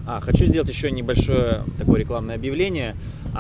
Хочу сделать еще небольшое такое рекламное объявление.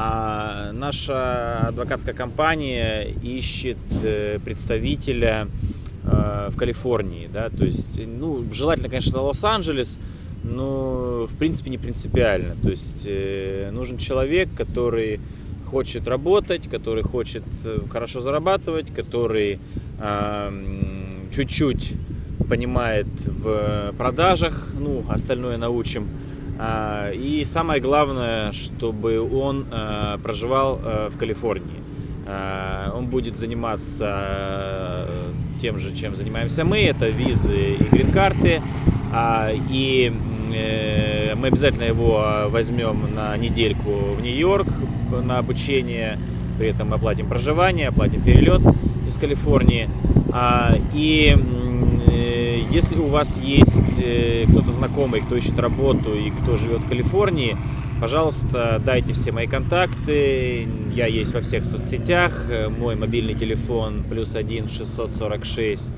Наша адвокатская компания ищет представителя в Калифорнии, да, то есть, желательно, конечно, Лос-Анджелес, но в принципе не принципиально. То есть нужен человек, который хочет работать, который хочет хорошо зарабатывать, который чуть-чуть понимает в продажах, остальное научим. И самое главное, чтобы он проживал в Калифорнии. Он будет заниматься тем же, чем занимаемся мы, это визы и грин-карты. И мы обязательно его возьмем на недельку в Нью-Йорк на обучение, при этом оплатим проживание, оплатим перелет из Калифорнии. И если у вас есть кто-то знакомый, кто ищет работу и кто живет в Калифорнии, пожалуйста, дайте все мои контакты. Я есть во всех соцсетях. Мой мобильный телефон +1 646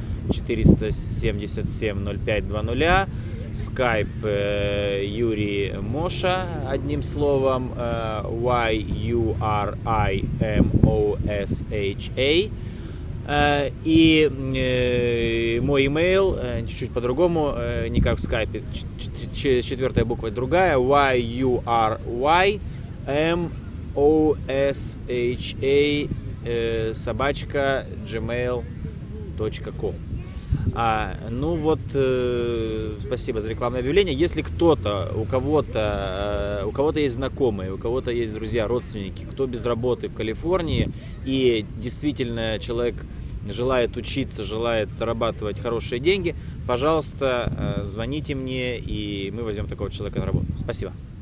477 0520. Скайп Юрий Моша, одним словом, YURIMOSHA. И мой имейл чуть-чуть по-другому, не как в скайпе, четвертая буква другая, YURIMOSHA @gmail.com. Спасибо за рекламное объявление. Если кто-то, у кого-то есть знакомые, у кого-то есть друзья, родственники, кто без работы в Калифорнии, и действительно человек желает учиться, желает зарабатывать хорошие деньги, пожалуйста, звоните мне, и мы возьмем такого человека на работу. Спасибо.